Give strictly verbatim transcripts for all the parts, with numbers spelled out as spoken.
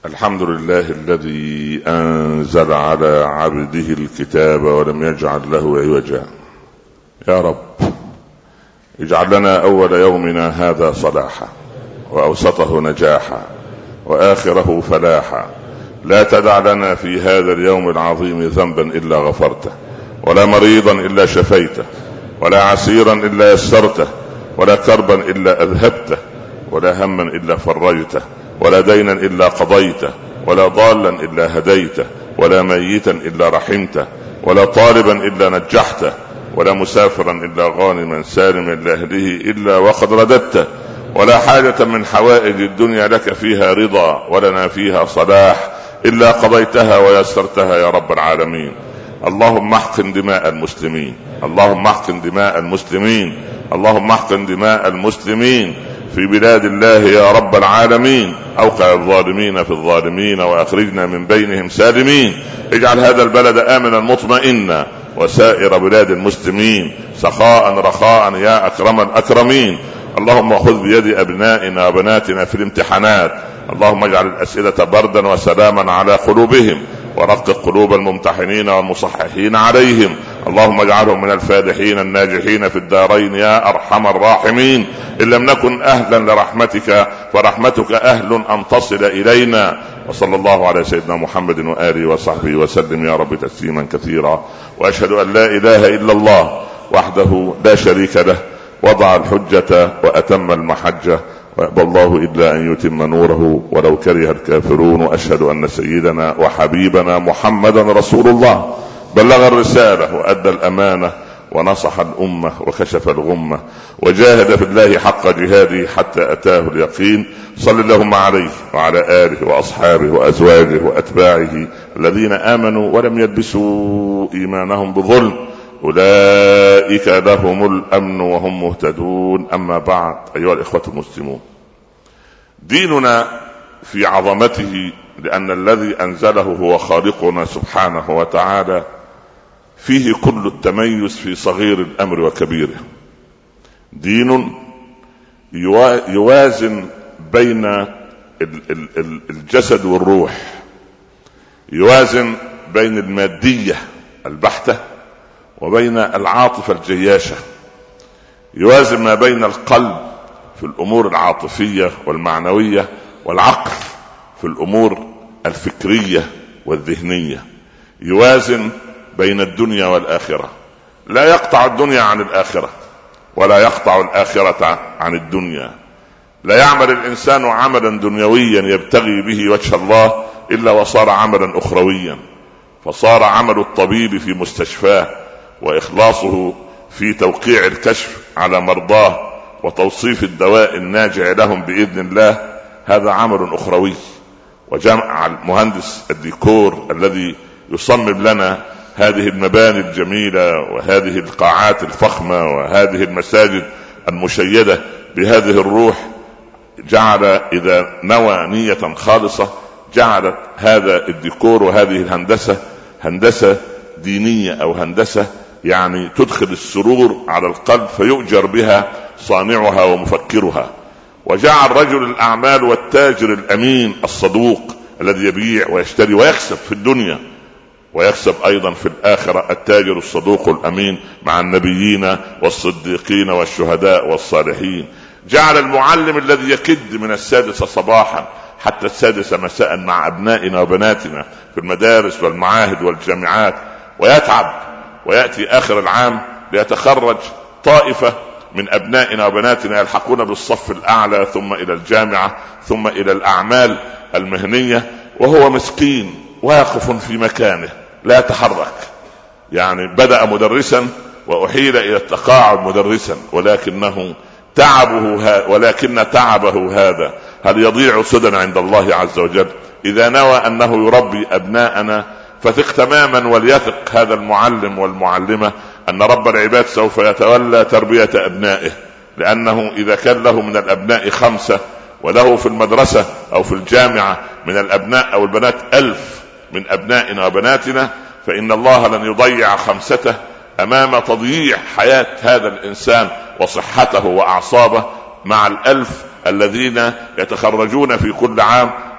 الحمد لله الذي أنزل على عبده الكتاب ولم يجعل له عوجا. يا رب اجعل لنا أول يومنا هذا صلاحا، وأوسطه نجاحا، وآخره فلاحا. لا تدع لنا في هذا اليوم العظيم ذنبا إلا غفرته، ولا مريضا إلا شفيته، ولا عسيرا إلا يسرته، ولا كربا إلا أذهبته، ولا هما إلا فرجته، ولا دينا إلا قضيته، ولا ضالا إلا هديته، ولا ميتا إلا رحمته، ولا طالبا إلا نجحته، ولا مسافرا إلا غانما سالما لأهله إلا وقد رددته، ولا حاجة من حوائج الدنيا لك فيها رضا ولنا فيها صلاح إلا قضيتها ويسرتها يا رب العالمين. اللهم احقن دماء المسلمين، اللهم احقن دماء المسلمين، اللهم احقن دماء المسلمين في بلاد الله يا رب العالمين. اوقع الظالمين في الظالمين واخرجنا من بينهم سالمين. اجعل هذا البلد امنا مطمئنا وسائر بلاد المسلمين سخاء رخاء يا اكرم الاكرمين. اللهم خذ بيد ابنائنا وبناتنا في الامتحانات، اللهم اجعل الاسئله بردا وسلاما على قلوبهم، ورقق قلوب الممتحنين والمصححين عليهم. اللهم اجعلهم من الفالحين الناجحين في الدارين يا ارحم الراحمين. ان لم نكن اهلا لرحمتك فرحمتك اهل ان تصل الينا. وصلى الله على سيدنا محمد واله وصحبه وسلم يا رب تسليما كثيرا. واشهد ان لا اله الا الله وحده لا شريك له، وضع الحجة وأتم المحجة، ويأبى الله إلا أن يتم نوره ولو كره الكافرون. وأشهد أن سيدنا وحبيبنا محمدا رسول الله بلغ الرسالة وأدى الأمانة ونصح الأمة وكشف الغمة وجاهد في الله حق جهاده حتى أتاه اليقين. صل اللهم عليه وعلى آله وأصحابه وأزواجه وأتباعه الذين آمنوا ولم يلبسوا إيمانهم بظلم، أولئك لهم الأمن وهم مهتدون. أما بعد، أيها الإخوة المسلمون، ديننا في عظمته لأن الذي أنزله هو خالقنا سبحانه وتعالى فيه كل التميز في صغير الأمر وكبيره. دين يوازن بين الجسد والروح، يوازن بين المادية البحتة وبين العاطفة الجياشة، يوازن ما بين القلب في الأمور العاطفية والمعنوية والعقل في الأمور الفكرية والذهنية، يوازن بين الدنيا والآخرة. لا يقطع الدنيا عن الآخرة ولا يقطع الآخرة عن الدنيا. لا يعمل الإنسان عملا دنيويا يبتغي به وجه الله إلا وصار عملا أخرويا، فصار عمل الطبيب في مستشفاه وإخلاصه في توقيع الكشف على مرضاه وتوصيف الدواء الناجع لهم بإذن الله هذا عمل أخروي. وجمع المهندس الديكور الذي يصمم لنا هذه المباني الجميلة وهذه القاعات الفخمة وهذه المساجد المشيدة بهذه الروح، جعل إذا نوى نية خالصة جعل هذا الديكور وهذه الهندسة هندسة دينية أو هندسة يعني تدخل السرور على القلب فيؤجر بها صانعها ومفكرها. وجعل رجل الأعمال والتاجر الأمين الصدوق الذي يبيع ويشتري ويكسب في الدنيا ويكسب أيضا في الآخرة التاجر الصدوق الأمين مع النبيين والصديقين والشهداء والصالحين. جعل المعلم الذي يكد من السادسة صباحا حتى السادسة مساء مع أبنائنا وبناتنا في المدارس والمعاهد والجامعات، ويتعب ويأتي آخر العام ليتخرج طائفة من أبنائنا وبناتنا يلحقون بالصف الأعلى ثم إلى الجامعة ثم إلى الأعمال المهنية، وهو مسكين واقف في مكانه لا يتحرك. يعني بدأ مدرسا وأحيل إلى التقاعد مدرسا، ولكنه تعبه ها ولكن تعبه هذا هل يضيع سدى عند الله عز وجل؟ إذا نوى أنه يربي أبناءنا فثق تماما وليثق هذا المعلم والمعلمة أن رب العباد سوف يتولى تربية أبنائه، لأنه إذا كان له من الأبناء خمسة وله في المدرسة أو في الجامعة من الأبناء أو البنات ألف من أبنائنا وبناتنا، فإن الله لن يضيع خمسته أمام تضييع حياة هذا الإنسان وصحته وأعصابه مع الألف الذين يتخرجون في كل عام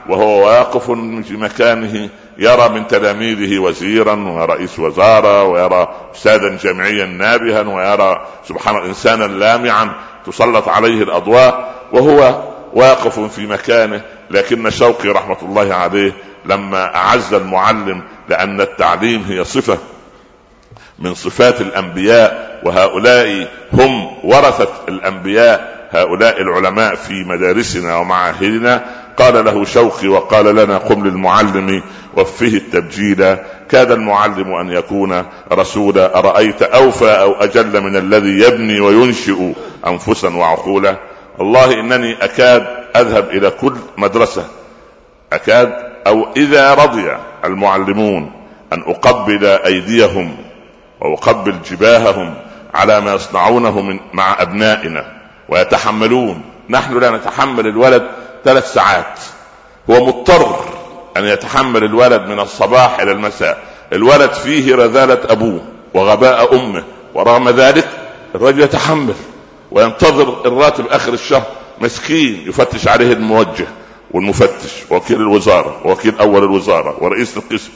وهو واقف في مكانه يرى من تلاميذه وزيرا ورئيس وزارة، ويرى أستاذا جامعيا نابها، ويرى سبحان الله إنسانا لامعا تسلط عليه الأضواء وهو واقف في مكانه. لكن شوقي رحمة الله عليه لما أعز المعلم، لأن التعليم هي صفة من صفات الأنبياء، وهؤلاء هم ورثة الأنبياء، هؤلاء العلماء في مدارسنا ومعاهدنا. قال له شوقي وقال لنا: قم للمعلم وفه التبجيل، كاد المعلم أن يكون رسولا، أرأيت أوفى أو أجل من الذي يبني وينشئ أنفسا وعقولا. والله إنني أكاد أذهب إلى كل مدرسة، أكاد أو إذا رضي المعلمون أن أقبل أيديهم وأقبل جباههم على ما يصنعونه من مع أبنائنا ويتحملون. نحن لا نتحمل الولد ثلاث ساعات، هو مضطر أن يتحمل الولد من الصباح إلى المساء. الولد فيه رذالة أبوه وغباء أمه، ورغم ذلك الرجل يتحمل وينتظر الراتب آخر الشهر. مسكين يفتش عليه الموجه والمفتش ووكيل الوزارة ووكيل أول الوزارة ورئيس القسم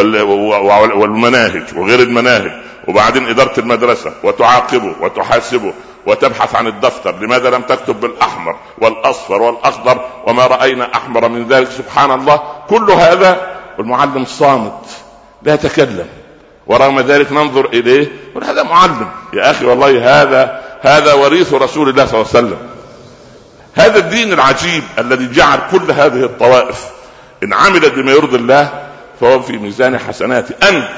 والمناهج وغير المناهج، وبعدين إدارة المدرسة وتعاقبه وتحاسبه وتبحث عن الدفتر، لماذا لم تكتب بالأحمر والأصفر والأخضر، وما رأينا أحمر من ذلك. سبحان الله، كل هذا والمعلم صامت لا يتكلم، ورغم ذلك ننظر إليه هذا معلم. يا أخي والله هذا هذا وريث رسول الله صلى الله عليه وسلم. هذا الدين العجيب الذي جعل كل هذه الطوائف إن عملت بما يرضي الله فهو في ميزان حسناتي. أنت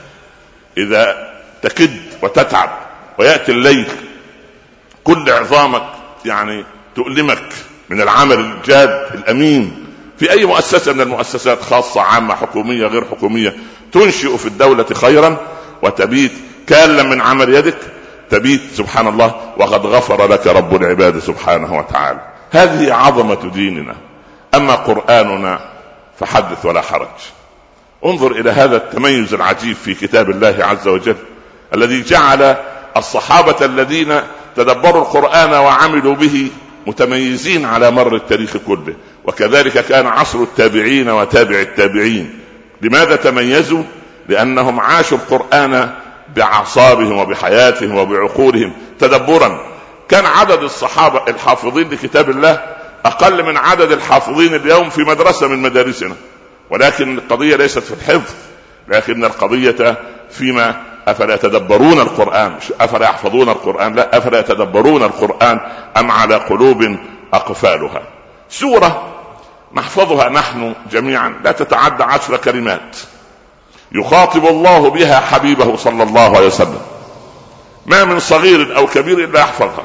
إذا تكد وتتعب ويأتي الليل كل عظامك يعني تؤلمك من العمل الجاد الأمين في أي مؤسسة من المؤسسات، خاصة عامة حكومية غير حكومية، تنشئ في الدولة خيرا وتبيت كالا من عمل يدك، تبيت سبحان الله وقد غفر لك رب العباد سبحانه وتعالى. هذه عظمة ديننا. أما قرآننا فحدث ولا حرج. انظر إلى هذا التميز العجيب في كتاب الله عز وجل الذي جعل الصحابة الذين تدبروا القرآن وعملوا به متميزين على مر التاريخ كله، وكذلك كان عصر التابعين وتابع التابعين. لماذا تميزوا؟ لأنهم عاشوا القرآن بأعصابهم وبحياتهم وبعقولهم تدبرا. كان عدد الصحابة الحافظين لكتاب الله أقل من عدد الحافظين اليوم في مدرسة من مدارسنا، ولكن القضية ليست في الحفظ، لكن القضية فيما أفلا يتدبرون القرآن، أفلا يحفظون القرآن، لا أفلا يتدبرون القرآن أم على قلوب أقفالها. سورة نحفظها نحن جميعا لا تتعدى عشر كلمات يخاطب الله بها حبيبه صلى الله عليه وسلم، ما من صغير أو كبير إلا يحفظها.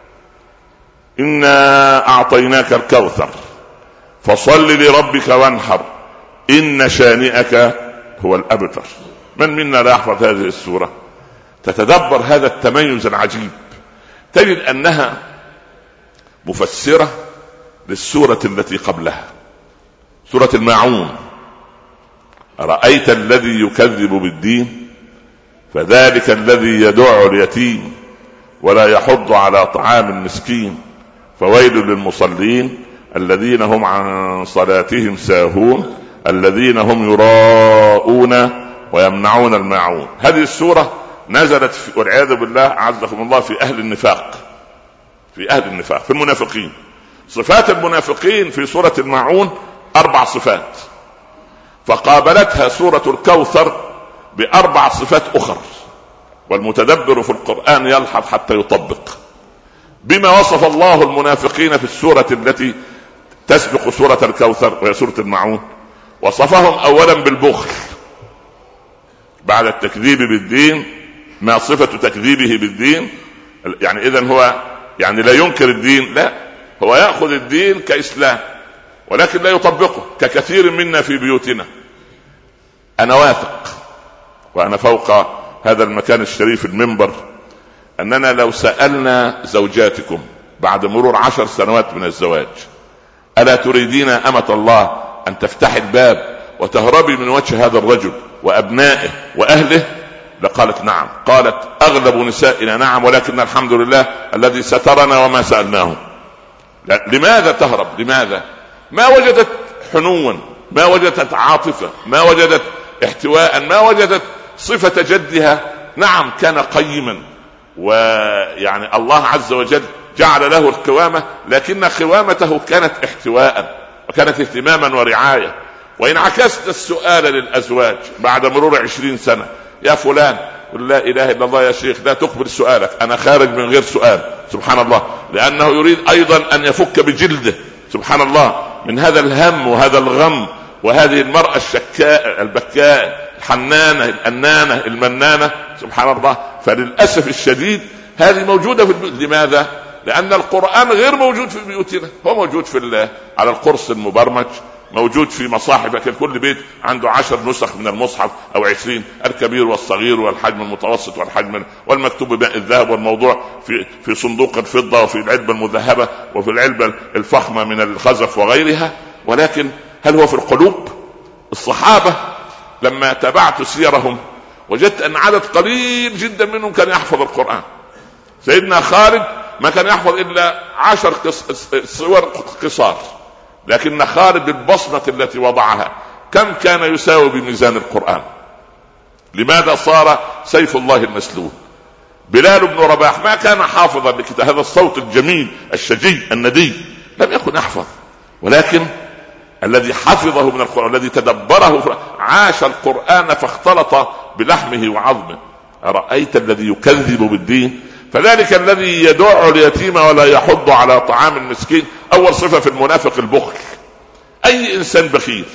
إنا أعطيناك الكوثر فصل لربك وانحر إن شانئك هو الأبتر. من منا لا يحفظ هذه السورة؟ تتدبر هذا التميز العجيب تجد أنها مفسرة للسورة التي قبلها، سورة الماعون. أرأيت الذي يكذب بالدين فذلك الذي يدع اليتيم ولا يحض على طعام المسكين فويل للمصلين الذين هم عن صلاتهم ساهون الذين هم يراءون ويمنعون الماعون. هذه السورة نزلت والعياذ بالله عزكم الله في أهل النفاق، في أهل النفاق في المنافقين. صفات المنافقين في سورة الماعون أربع صفات، فقابلتها سورة الكوثر بأربع صفات أخر، والمتدبر في القرآن يلحظ حتى يطبق بما وصف الله المنافقين في السورة التي تسبق سورة الكوثر وهي سورة الماعون. وصفهم أولا بالبخل بعد التكذيب بالدين. ما صفة تكذيبه بالدين؟ يعني إذن هو يعني لا ينكر الدين، لا، هو يأخذ الدين كإسلام ولكن لا يطبقه ككثير منا في بيوتنا. أنا واثق وأنا فوق هذا المكان الشريف المنبر أننا لو سألنا زوجاتكم بعد مرور عشر سنوات من الزواج ألا تريدين أمة الله أن تفتح الباب وتهربي من وجه هذا الرجل وأبنائه وأهله؟ لقالت نعم. قالت أغلب نسائنا نعم، ولكن الحمد لله الذي سترنا وما سألناه. لماذا تهرب؟ لماذا؟ ما وجدت حنوا، ما وجدت عاطفة، ما وجدت احتواء، ما وجدت صفة جدها. نعم كان قيما، ويعني الله عز وجل جعل له القوامة، لكن قوامته كانت احتواء وكانت اهتماما ورعاية. وإن عكست السؤال للأزواج بعد مرور عشرين سنة، يا فلان لا إله إلا الله يا شيخ لا تقبل سؤالك، أنا خارج من غير سؤال، سبحان الله، لأنه يريد أيضا أن يفك بجلده سبحان الله من هذا الهم وهذا الغم. وهذه المرأة الشكاء البكاء الحنانة الأنانة المنانة سبحان الله، فللأسف الشديد هذه موجودة في البيوت. لماذا؟ لأن القرآن غير موجود في بيوتنا، هو موجود في على القرص المبرمج، موجود في مصاحف، كل بيت عنده عشر نسخ من المصحف أو عشرين، الكبير والصغير والحجم المتوسط والحجم والمكتوب بماء الذهب، والموضوع في في صندوق الفضة وفي العلبة المذهبة وفي العلبة الفخمة من الخزف وغيرها. ولكن هل هو في القلوب؟ الصحابة لما تابعت سيرهم وجدت أن عدد قليل جدا منهم كان يحفظ القرآن. سيدنا خالد ما كان يحفظ إلا عشر صور قصار، لكن خالد بالبصمة التي وضعها كم كان يساوي بميزان القرآن. لماذا صار سيف الله المسلول؟ بلال بن رباح ما كان حافظا لكتاب، هذا الصوت الجميل الشجي الندي لم يكن يحفظ، ولكن الذي حفظه من القرآن الذي تدبره عاش القرآن فاختلط بلحمه وعظمه. أرأيت الذي يكذب بالدين؟ فذلك الذي يدع اليتيم ولا يحض على طعام المسكين. أول صفة في المنافق البخل. أي إنسان بخيل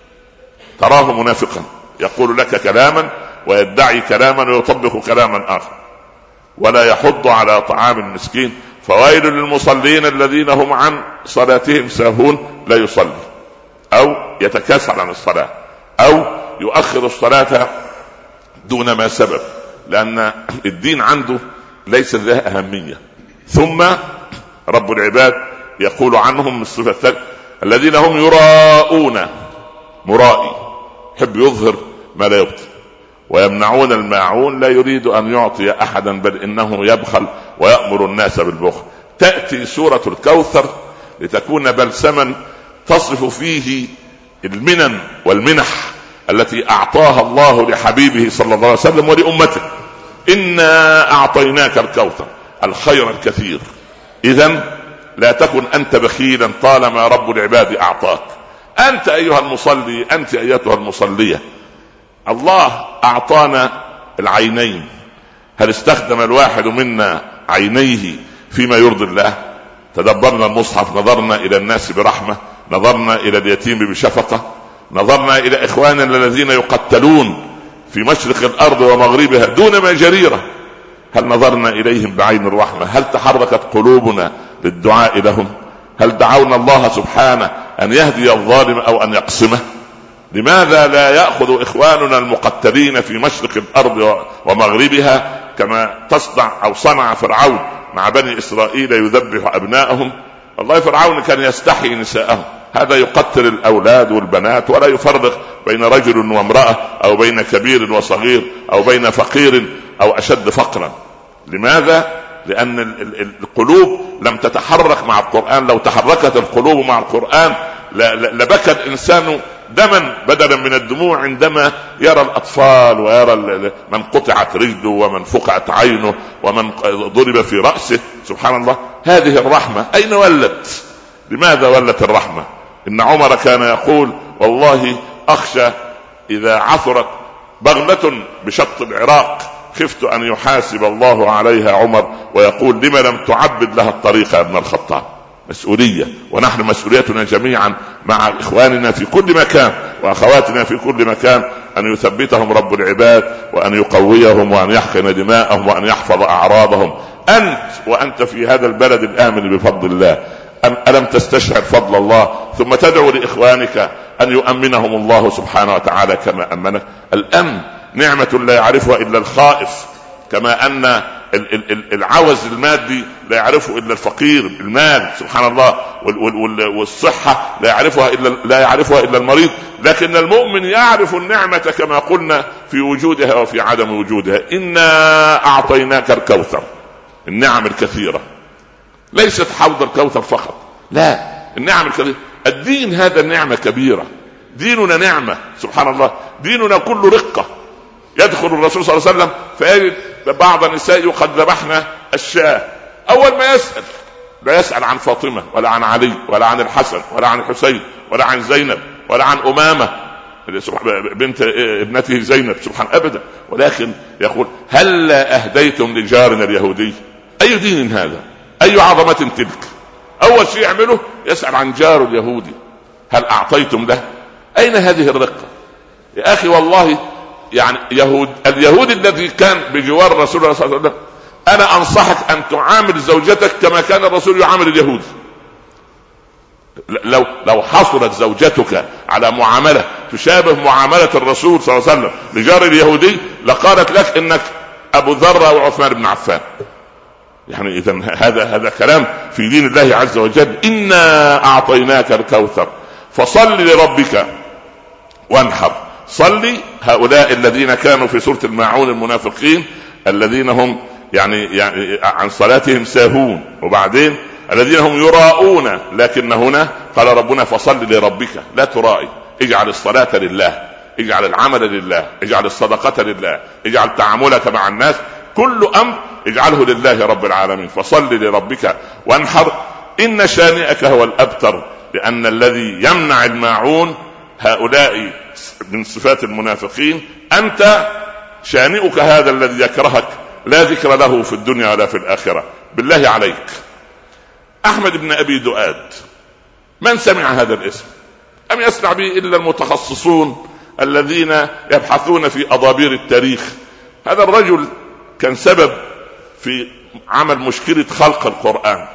تراه منافقا، يقول لك كلاما ويدعي كلاما ويطبق كلاما آخر. ولا يحض على طعام المسكين، فويل للمصلين الذين هم عن صلاتهم ساهون، لا يصلي أو يتكاسل عن الصلاة أو يؤخر الصلاة دون ما سبب، لأن الدين عنده ليس ذا أهمية. ثم رب العباد يقول عنهم الصفة الذين هم يراءون، مرائي يحب يظهر ما لا يبطن، ويمنعون الماعون لا يريد أن يعطي أحدا بل إنه يبخل ويأمر الناس بالبخل. تأتي سورة الكوثر لتكون بلسما تصف فيه المنن والمنح التي أعطاها الله لحبيبه صلى الله عليه وسلم ولأمته. إنا أعطيناك الكوثر، الخير الكثير. إذن لا تكن أنت بخيلا طالما رب العباد أعطاك. أنت أيها المصلي، أنت أيتها المصلية، الله أعطانا العينين، هل استخدم الواحد منا عينيه فيما يرضي الله؟ تدبرنا المصحف، نظرنا إلى الناس برحمة، نظرنا إلى اليتيم بشفقة، نظرنا إلى إخواننا الذين يقتلون في مشرق الأرض ومغربها دون ما جريرة، هل نظرنا إليهم بعين الرحمة؟ هل تحركت قلوبنا للدعاء لهم؟ هل دعونا الله سبحانه أن يهدي الظالم أو أن يقسمه؟ لماذا لا يأخذ إخواننا المقتلين في مشرق الأرض ومغربها كما تصنع أو صنع فرعون مع بني إسرائيل يذبح أبنائهم؟ والله فرعون كان يستحي نساءهم، هذا يقتل الأولاد والبنات ولا يفرق بين رجل وامرأة أو بين كبير وصغير أو بين فقير أو أشد فقرا. لماذا؟ لأن القلوب لم تتحرك مع القرآن. لو تحركت القلوب مع القرآن لبكى الإنسان دما بدلا من الدموع عندما يرى الأطفال ويرى من قطعت رجله ومن فقعت عينه ومن ضرب في رأسه. سبحان الله، هذه الرحمة أين ولت؟ لماذا ولت الرحمة؟ إن عمر كان يقول والله أخشى إذا عثرت بغلة بشط العراق خفت أن يحاسب الله عليها عمر ويقول لما لم تعبد لها الطريق يا ابن الخطاب. مسؤولية، ونحن مسؤوليتنا جميعا مع إخواننا في كل مكان وأخواتنا في كل مكان أن يثبتهم رب العباد وأن يقويهم وأن يحقن دماءهم وأن يحفظ أعراضهم. أنت وأنت في هذا البلد الآمن بفضل الله ألم تستشعر فضل الله ثم تدعو لإخوانك أن يؤمنهم الله سبحانه وتعالى كما أمنك؟ الأمن نعمة لا يعرفها إلا الخائف، كما أن العوز المادي لا يعرفه إلا الفقير، المال سبحان الله، والصحة لا يعرفها إلا لا يعرفها إلا المريض. لكن المؤمن يعرف النعمة كما قلنا في وجودها وفي عدم وجودها. إنا أعطيناك الكوثر، النعم الكثيرة، ليست حوض الكوثر فقط، لا، النعم الكثيرة. الدين هذا نعمة كبيرة، ديننا نعمة سبحان الله، ديننا كله رقة. يدخل الرسول صلى الله عليه وسلم فيجد بعض النساء قد ذبحنا الشاة، أول ما يسأل لا يسأل عن فاطمة ولا عن علي ولا عن الحسن ولا عن الحسين ولا عن زينب ولا عن أمامة بنت ابنته زينب سبحان أبدا، ولكن يقول هل أهديتم لجارنا اليهودي؟ أي دين هذا؟ أي عظمة تلك؟ أول شيء يعمله يسأل عن جاره اليهودي، هل أعطيتم له؟ أين هذه الرقة يا أخي؟ والله يعني يهود اليهود الذي كان بجوار الرسول صلى الله عليه وسلم، أنا أنصحك أن تعامل زوجتك كما كان الرسول يعامل اليهود. لو لو حصلت زوجتك على معاملة تشابه معاملة الرسول صلى الله عليه وسلم لجار اليهودي لقالت لك إنك أبو ذر أو عثمان بن عفان. يعني إذا هذا هذا كلام في دين الله عز وجل. إنا أعطيناك الكوثر فصل لربك وانحر. صلي هؤلاء الذين كانوا في سورة الماعون المنافقين الذين هم يعني, يعني عن صلاتهم ساهون، وبعدين الذين هم يراؤون، لكن هنا قال ربنا فصل لربك، لا ترائي، اجعل الصلاة لله، اجعل العمل لله، اجعل الصدقة لله، اجعل تعاملك مع الناس كل أمر اجعله لله رب العالمين. فصل لربك وانحر إن شانئك هو الأبتر، لأن الذي يمنع الماعون هؤلاء من صفات المنافقين. أنت شانئك هذا الذي يكرهك لا ذكر له في الدنيا ولا في الآخرة. بالله عليك أحمد بن أبي دؤاد من سمع هذا الاسم؟ أم يسمع به إلا المتخصصون الذين يبحثون في أضابير التاريخ؟ هذا الرجل كان سبب في عمل مشكلة خلق القرآن،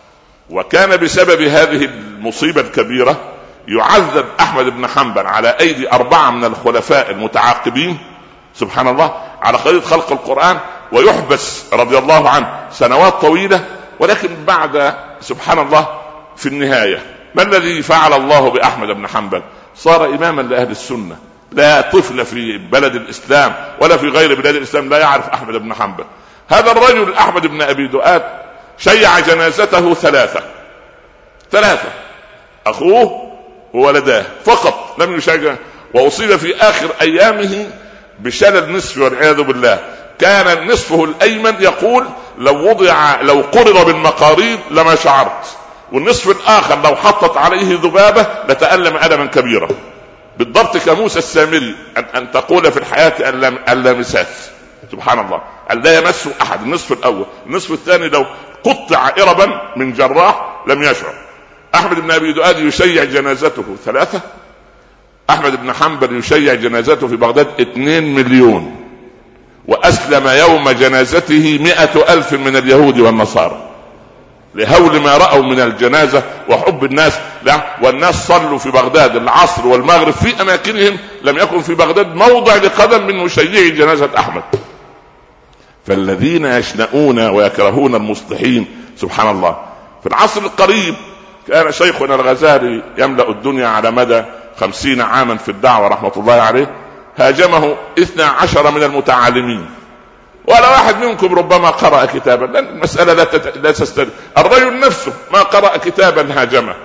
وكان بسبب هذه المصيبة الكبيرة يعذب أحمد بن حنبل على أيدي أربعة من الخلفاء المتعاقبين سبحان الله على قضية خلق القرآن، ويحبس رضي الله عنه سنوات طويلة. ولكن بعد سبحان الله في النهاية ما الذي فعل الله بأحمد بن حنبل؟ صار إماما لأهل السنة. لا طفل في بلد الإسلام ولا في غير بلاد الإسلام لا يعرف أحمد بن حنبل. هذا الرجل أحمد بن أبي دؤاد شيع جنازته ثلاثة ثلاثة أخوه وولداه فقط لم يشيع، وأصيب في آخر أيامه بشلل نصفي والعياذ بالله. كان نصفه الأيمن يقول لو وضع لو قرض بالمقاريض لما شعرت، والنصف الآخر لو حطت عليه ذبابة لتألم ألما كبيرا. بالضبط كموسى السامري أن, أن تقول في الحياة أن لا مساس سبحان الله، أن لا يمسه أحد. النصف الأول، النصف الثاني لو قطع إربا من جراح لم يشعر. أحمد بن أبي دؤاد يشيع جنازته ثلاثة، أحمد بن حنبل يشيع جنازته في بغداد اثنين مليون، وأسلم يوم جنازته مئة ألف من اليهود والنصارى لهول ما رأوا من الجنازة وحب الناس. لا، والناس صلوا في بغداد العصر والمغرب في أماكنهم، لم يكن في بغداد موضع لقدم من مشيعي جنازة أحمد. فالذين يشنؤون ويكرهون المصلحين سبحان الله. في العصر القريب كان شيخنا الغزالي يملأ الدنيا على مدى خمسين عاما في الدعوة رحمة الله عليه، هاجمه اثنى عشر من المتعالمين، ولا واحد منكم ربما قرأ كتابا، لأن المسألة لا, تت... لا تستل... الرجل نفسه ما قرأ كتابا هاجمه.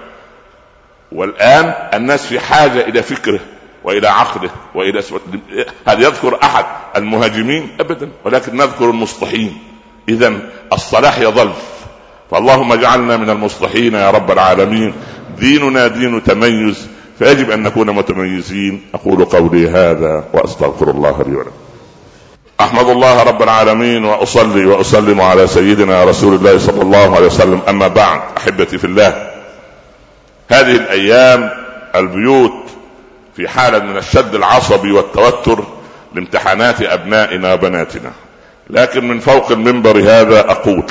والآن الناس في حاجة إلى فكره وإلى عقله وإلى سو... هل يذكر أحد المهاجمين؟ أبدا، ولكن نذكر المصلحين. إذن الصلاح يظل، فاللهم اجعلنا من المصلحين يا رب العالمين. ديننا دين تميز، فيجب أن نكون متميزين. أقول قولي هذا وأستغفر الله لي ولكم. أحمد الله رب العالمين وأصلي وأسلم على سيدنا رسول الله صلى الله عليه وسلم. أما بعد، أحبتي في الله، هذه الأيام البيوت في حالة من الشد العصبي والتوتر لامتحانات أبنائنا وبناتنا، لكن من فوق المنبر هذا أقول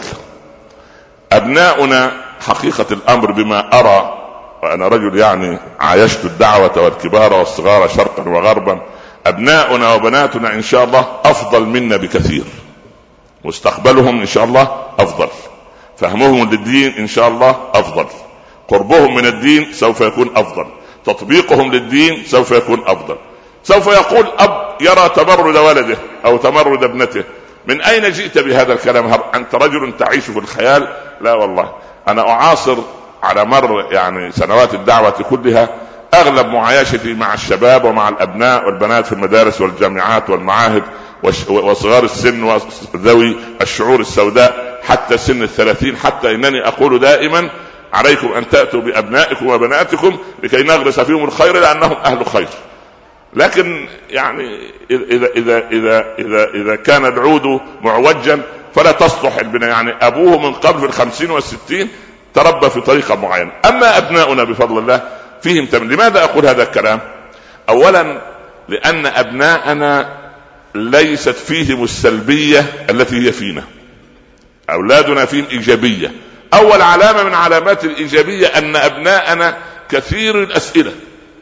أبناؤنا حقيقة الأمر بما أرى، وأنا رجل يعني عايشت الدعوة والكبار والصغار شرقا وغربا، أبناؤنا وبناتنا إن شاء الله أفضل منا بكثير، مستقبلهم إن شاء الله أفضل، فهمهم للدين إن شاء الله أفضل، قربهم من الدين سوف يكون أفضل، تطبيقهم للدين سوف يكون أفضل. سوف يقول أب يرى تمرد ولده أو تمرد ابنته: من أين جئت بهذا الكلام؟ أنت رجل تعيش في الخيال. لا والله، أنا أعاصر على مر يعني سنوات الدعوة كلها اغلب معايشتي مع الشباب ومع الابناء والبنات في المدارس والجامعات والمعاهد وصغار السن وذوي الشعور السوداء حتى سن الثلاثين، حتى انني اقول دائما عليكم ان تأتوا بابنائكم وبناتكم لكي نغرس فيهم الخير لانهم اهل خير. لكن يعني اذا اذا اذا اذا اذا كان العود معوجا فلا تصلح البناء. يعني ابوه من قبل في الخمسين والستين تربى في طريقة معينة، اما ابناؤنا بفضل الله فيهم تمن. لماذا اقول هذا الكلام؟ اولا لان ابناءنا ليست فيهم السلبية التي هي فينا، اولادنا فيهم ايجابية. اول علامة من علامات الايجابية ان ابناءنا كثير الاسئلة،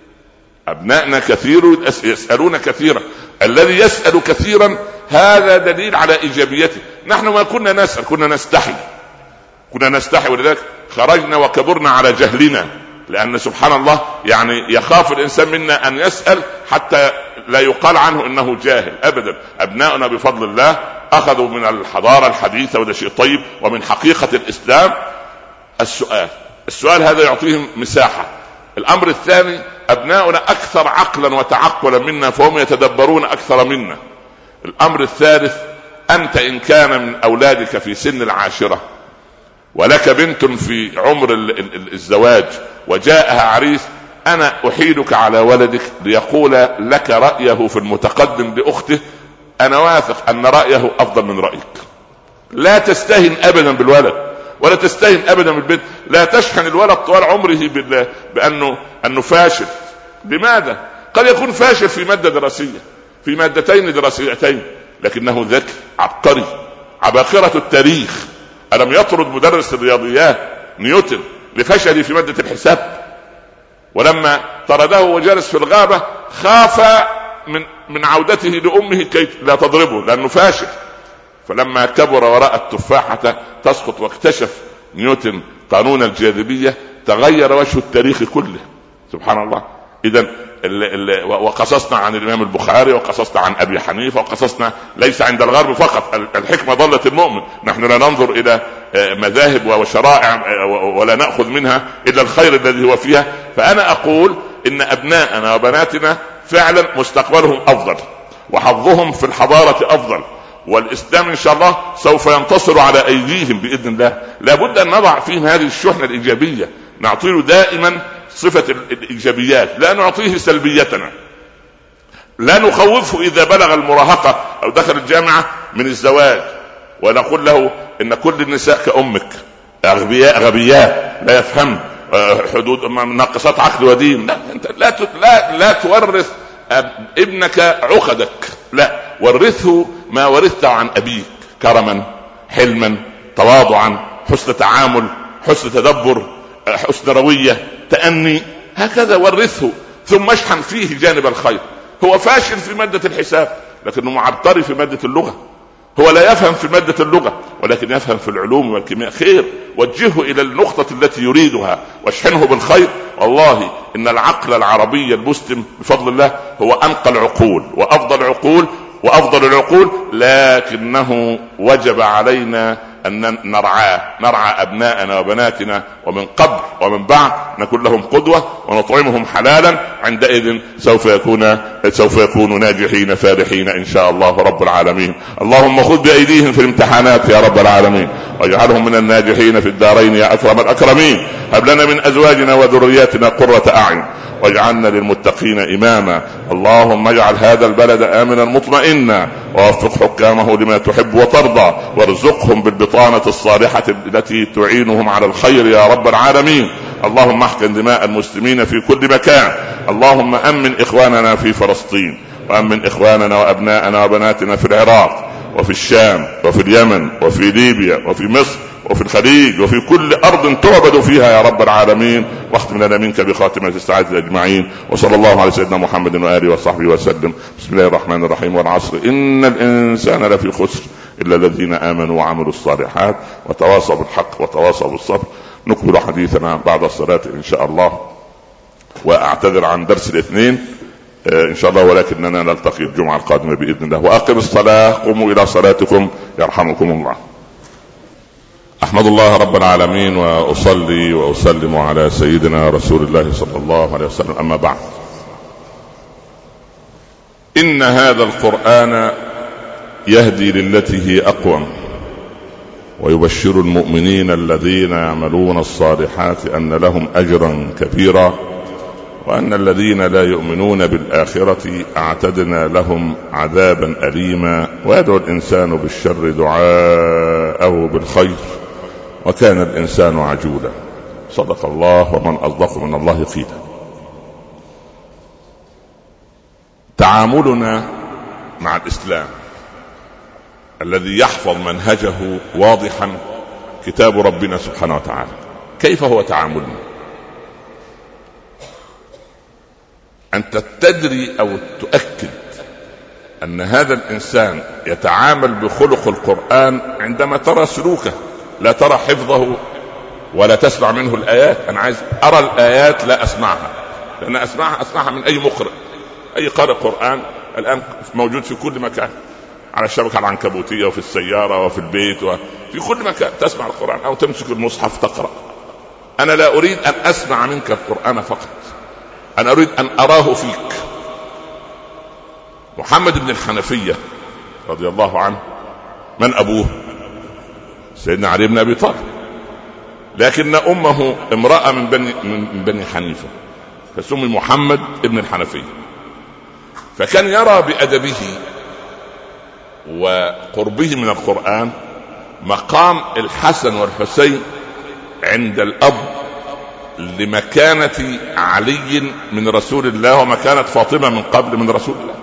ابنائنا كثير يسألون كثيرا. الذي يسأل كثيرا هذا دليل على ايجابيته. نحن ما كنا نسأل، كنا نستحي كنا نستحي ولذلك خرجنا وكبرنا على جهلنا، لأن سبحان الله يعني يخاف الإنسان منا أن يسأل حتى لا يقال عنه إنه جاهل. أبدا، أبناؤنا بفضل الله أخذوا من الحضارة الحديثة وده شيء طيب، ومن حقيقة الإسلام السؤال. السؤال هذا يعطيهم مساحة. الأمر الثاني أبناؤنا أكثر عقلا وتعقلا منا فهم يتدبرون أكثر منا. الأمر الثالث أنت إن كان من أولادك في سن العاشرة ولك بنت في عمر الزواج وجاءها عريس، أنا أحيلك على ولدك ليقول لك رأيه في المتقدم لأخته، أنا واثق أن رأيه أفضل من رأيك. لا تستهن أبدا بالولد ولا تستهن أبدا بالبنت. لا تشحن الولد طوال عمره بأنه أنه فاشل. لماذا؟ قد يكون فاشل في مادة دراسية، في مادتين دراسيتين، لكنه ذكي عبقري عباقرة التاريخ. ألم يطرد مدرس الرياضيات نيوتن لفشله في مادة الحساب؟ ولما طرده وجلس في الغابة خاف من من عودته لأمه كي لا تضربه لأنه فاشل. فلما كبر ورأى التفاحة تسقط واكتشف نيوتن قانون الجاذبية تغير وجه التاريخ كله. سبحان الله. إذن وقصصنا عن الإمام البخاري وقصصنا عن أبي حنيفة وقصصنا ليس عند الغرب فقط. الحكمة ضلت المؤمن. نحن لا ننظر إلى مذاهب وشرائع ولا نأخذ منها إلا الخير الذي هو فيها. فأنا أقول إن أبناءنا وبناتنا فعلا مستقبلهم أفضل وحظهم في الحضارة أفضل، والإسلام إن شاء الله سوف ينتصر على أيديهم بإذن الله. لابد أن نضع فيهم هذه الشحنة الإيجابية، نعطيه دائما صفة الإيجابيات، لا نعطيه سلبيتنا. لا نخوفه إذا بلغ المراهقة أو دخل الجامعة من الزواج ونقول له إن كل النساء كأمك أغبياء غبياء لا يفهم حدود ناقصات عقل ودين. لا أنت لا لا لا تورث ابنك عقدك، لا ورثه ما ورثته عن أبيك: كرما، حلما، تواضعا، حسن تعامل، حسن تدبر، حسن روية، تأني. هكذا ورثه، ثم اشحن فيه جانب الخير. هو فاشل في مادة الحساب لكنه معبقري في مادة اللغة. هو لا يفهم في مادة اللغة ولكن يفهم في العلوم والكيمياء. خير، وجهه إلى النقطة التي يريدها واشحنه بالخير. والله إن العقل العربي المسلم بفضل الله هو أنقى العقول وأفضل العقول وأفضل العقول، لكنه وجب علينا أن نرعاه، نرعى أبناءنا وبناتنا، ومن قبل ومن بعد نكون لهم قدوة ونطعمهم حلالا. عندئذ سوف يكون سوف يكونوا ناجحين فالحين إن شاء الله رب العالمين. اللهم خذ بأيديهم في الامتحانات يا رب العالمين، واجعلهم من الناجحين في الدارين يا أكرم الأكرمين. هب لنا من أزواجنا وذرياتنا قرة أعين واجعلنا للمتقين إماما. اللهم اجعل هذا البلد آمنا مطمئنا، ووفق حكامه لما تحب وترضى، وارزقهم بالبطانة الصالحة التي تعينهم على الخير يا رب العالمين. اللهم احقن دماء المسلمين في كل مكان. اللهم أمن إخواننا في فلسطين، وأمن إخواننا وأبناءنا وبناتنا في العراق وفي الشام وفي اليمن وفي ليبيا وفي مصر وفي الخليج وفي كل أرض تعبد فيها يا رب العالمين. واختم لنا منك بخاتمة السعادة أجمعين. وصلى الله على سيدنا محمد وآله وصحبه وسلم. بسم الله الرحمن الرحيم. والعصر إن الإنسان لفي خسر إلا الذين آمنوا وعملوا الصالحات وتواصوا بالحق وتواصوا بالصبر. نكمل حديثنا بعد الصلاة إن شاء الله، وأعتذر عن درس الاثنين إن شاء الله، ولكننا نلتقي الجمعة القادمة بإذن الله. وأقم الصلاة، قوموا إلى صلاتكم يرحمكم الله. أحمد الله رب العالمين وأصلي وأسلم على سيدنا رسول الله صلى الله عليه وسلم. أما بعد، إن هذا القرآن يهدي للتي هي أقوم ويبشر المؤمنين الذين يعملون الصالحات أن لهم أجرا كبيرا وأن الذين لا يؤمنون بالآخرة أعتدنا لهم عذابا أليما. ويدعو الإنسان بالشر دعاءه بالخير وكان الإنسان عجولا. صدق الله ومن أصدق من الله قيلا. تعاملنا مع الإسلام الذي يحفظ منهجه واضحا كتاب ربنا سبحانه وتعالى، كيف هو تعاملنا؟ أنت تدري أو تؤكد أن هذا الإنسان يتعامل بخلق القرآن عندما ترى سلوكه، لا ترى حفظه ولا تسمع منه الآيات. أنا عايز أرى الآيات لا أسمعها، لأن أسمعها أسمعها من أي مقرئ. أي قارئ قرآن الآن موجود في كل مكان، على الشبكة العنكبوتية وفي السيارة وفي البيت وفي كل مكان تسمع القرآن أو تمسك المصحف تقرأ. أنا لا أريد أن أسمع منك القرآن فقط، أنا أريد أن أراه فيك. محمد بن الحنفية رضي الله عنه من أبوه؟ سيدنا علي بن أبي طالب، لكن أمه امرأة من بني, من بني حنيفة فسمي محمد بن الحنفية. فكان يرى بأدبه وقربه من القرآن مقام الحسن والحسين عند الأب لمكانة علي من رسول الله ومكانة فاطمة من قبل من رسول الله.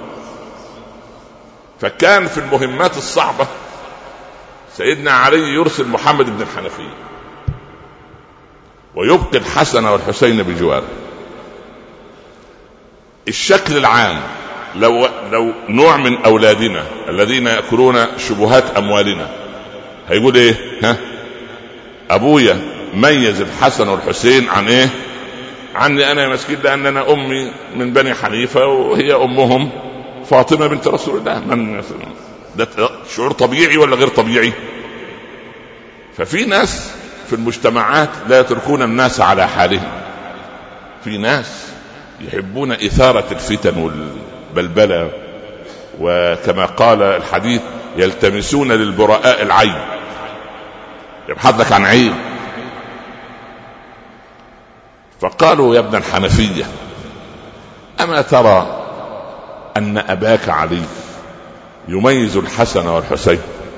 فكان في المهمات الصعبة سيدنا علي يرسل محمد بن الحنفية ويبقي الحسن والحسين بجواره. الشكل العام لو, لو نوع من أولادنا الذين يأكلون شبهات أموالنا هيقول إيه؟ ها أبويا ميز الحسن والحسين عن إيه؟ عني أنا يا مسكين، لأن أنا أمي من بني حنيفة وهي أمهم فاطمة بنت رسول الله. من ده شعور طبيعي ولا غير طبيعي؟ ففي ناس في المجتمعات لا يتركون الناس على حالهم. في ناس يحبون إثارة الفتن والبلبلة، وكما قال الحديث يلتمسون للبراء العين، يبحث لك عن عين. فقالوا يا ابن الحنفية أما ترى أن أباك علي يميز الحسن والحسين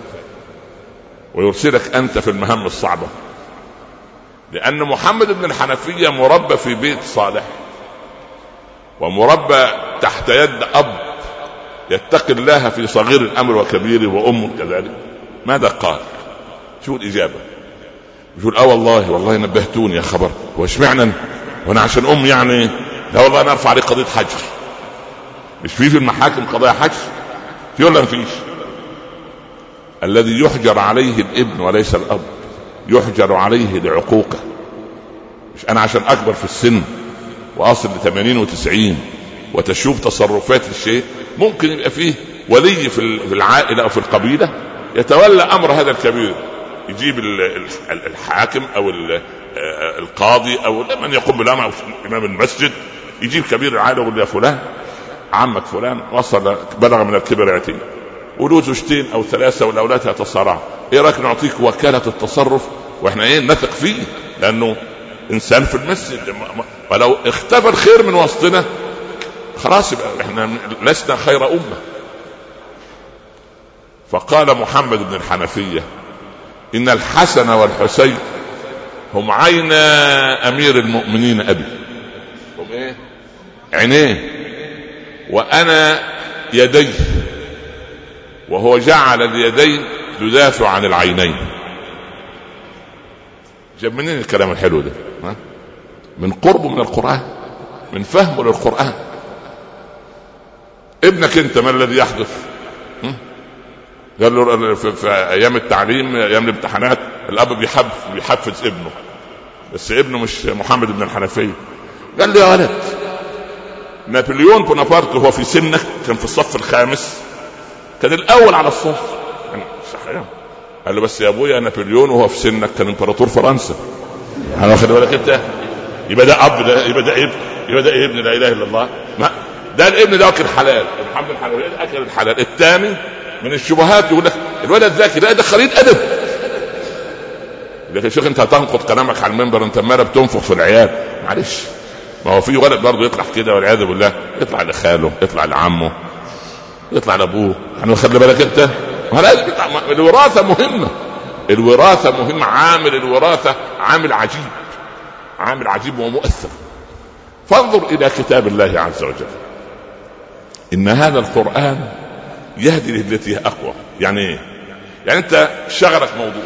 ويرسلك أنت في المهام الصعبة؟ لأن محمد بن الحنفية مربى في بيت صالح ومربى تحت يد أب يتقي الله في صغير الأمر وكبيره وأمه كذلك. ماذا قال؟ شو الإجابة؟ يقول اه والله والله نبهتوني يا خبر، وايش معنى وانا عشان ام يعني؟ لا والله انا ارفع عليك قضيه حجر. مش في في المحاكم قضايا حجر؟ في ولا ما فيش؟ الذي يحجر عليه الابن وليس الاب يحجر عليه لعقوقه. مش انا عشان اكبر في السن واصل لثمانين وتسعين وتشوف تصرفات الشيء، ممكن يبقى فيه ولي في العائله او في القبيله يتولى امر هذا الكبير، يجيب الحاكم او القاضي او من يقوم بالامر او امام المسجد، يجيب كبير العائله ويقول يا فلان عمك فلان وصل بلغ من الكبر عتيه وله زوجتين او ثلاثه والاولاد يتصارعوا، ايه رايك نعطيك وكاله التصرف واحنا ايه نثق فيه لانه انسان في المسجد، ولو اختفى الخير من وسطنا خلاص يبقى احنا لسنا خير امه. فقال محمد بن الحنفية إن الحسن والحسين هم عين أمير المؤمنين أبي، هم إيه؟ عينيه، وأنا يديه، وهو جعل اليدين يدافع عن العينين. جاب منين الكلام الحلو ده؟ من قربه من القرآن، من فهمه للقرآن. ابنك انت ما الذي يحدث؟ قال له في ايام التعليم ايام الامتحانات الاب بيحب بيحفز ابنه، بس ابنه مش محمد بن الحنفية. قال له يا ولد نابليون بونابرت وهو في سنك كان في الصف الخامس، كان الاول على الصف يعني صحيح. قال له بس يا ابويا نابليون وهو في سنك كان امبراطور فرنسا. انا واخد بالك انت؟ يبقى ده اب، ده يبقى ده ابن، يبقى ده ابن لا اله الا الله. ما ده الابن ده اكل حلال، الحمد لله اكل الحلال. الثاني من الشبهات يقول لك الولد ذكي، لا ده خليط ادب. لكن شيخ انت هتنقض كلامك على المنبر، انت ماله بتنفخ في العيال؟ معلش، ما هو في ولد برضه يطلع كده والعياذ بالله، يطلع لخاله، يطلع لعمه، يطلع لابوه. يعني خلي بالك انت، الوراثه مهمه، الوراثه مهمه. عامل الوراثه عامل عجيب، عامل عجيب ومؤثر. فانظر الى كتاب الله عز وجل، ان هذا القرآن يهدي للتي هي اقوى. يعني ايه؟ يعني انت شغلك موضوع،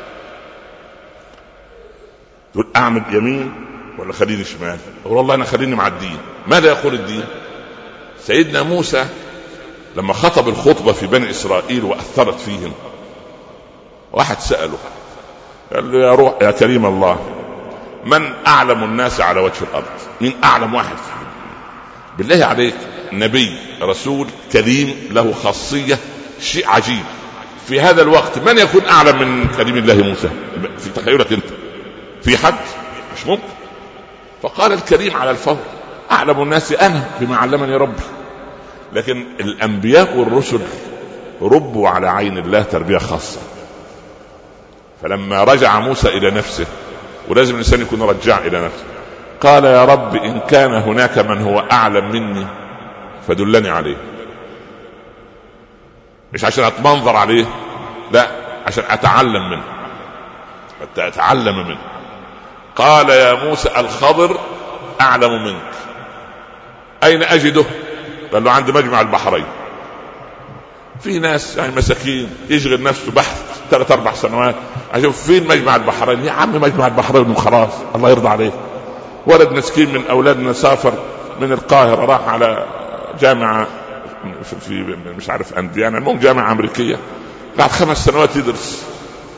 تقول اعمل يمين ولا خليني شمال؟ اقول والله انا خليني مع الدين. ماذا يقول الدين؟ سيدنا موسى لما خطب الخطبة في بني اسرائيل واثرت فيهم، واحد سأله قال له يا روح يا كريم الله، من اعلم الناس على وجه الارض؟ مين اعلم واحد فيهم؟ بالله عليك، نبي رسول كريم له خاصية، شيء عجيب في هذا الوقت، من يكون اعلم من كريم الله موسى في تخيلك انت؟ في حد؟ مش ممكن. فقال الكريم على الفور اعلم الناس انا بما علمني ربي. لكن الانبياء والرسل ربوا على عين الله تربية خاصة. فلما رجع موسى الى نفسه، ولازم الانسان يكون رجع الى نفسه، قال يا رب ان كان هناك من هو اعلم مني فدلني عليه. مش عشان اتمنظر عليه، لا، عشان اتعلم منه، اتعلم منه. قال يا موسى الخضر اعلم منك، اين اجده؟ قال له عند مجمع البحرين. في ناس يعني مساكين يشغل نفسه بحث ثلاث اربع سنوات عشان فين مجمع البحرين. يا عم مجمع البحرين وخلاص، الله يرضى عليه. ولد مسكين من اولادنا سافر من القاهرة راح على جامعة في مش عارف انديانا، المهم جامعة امريكية، بعد خمس سنوات يدرس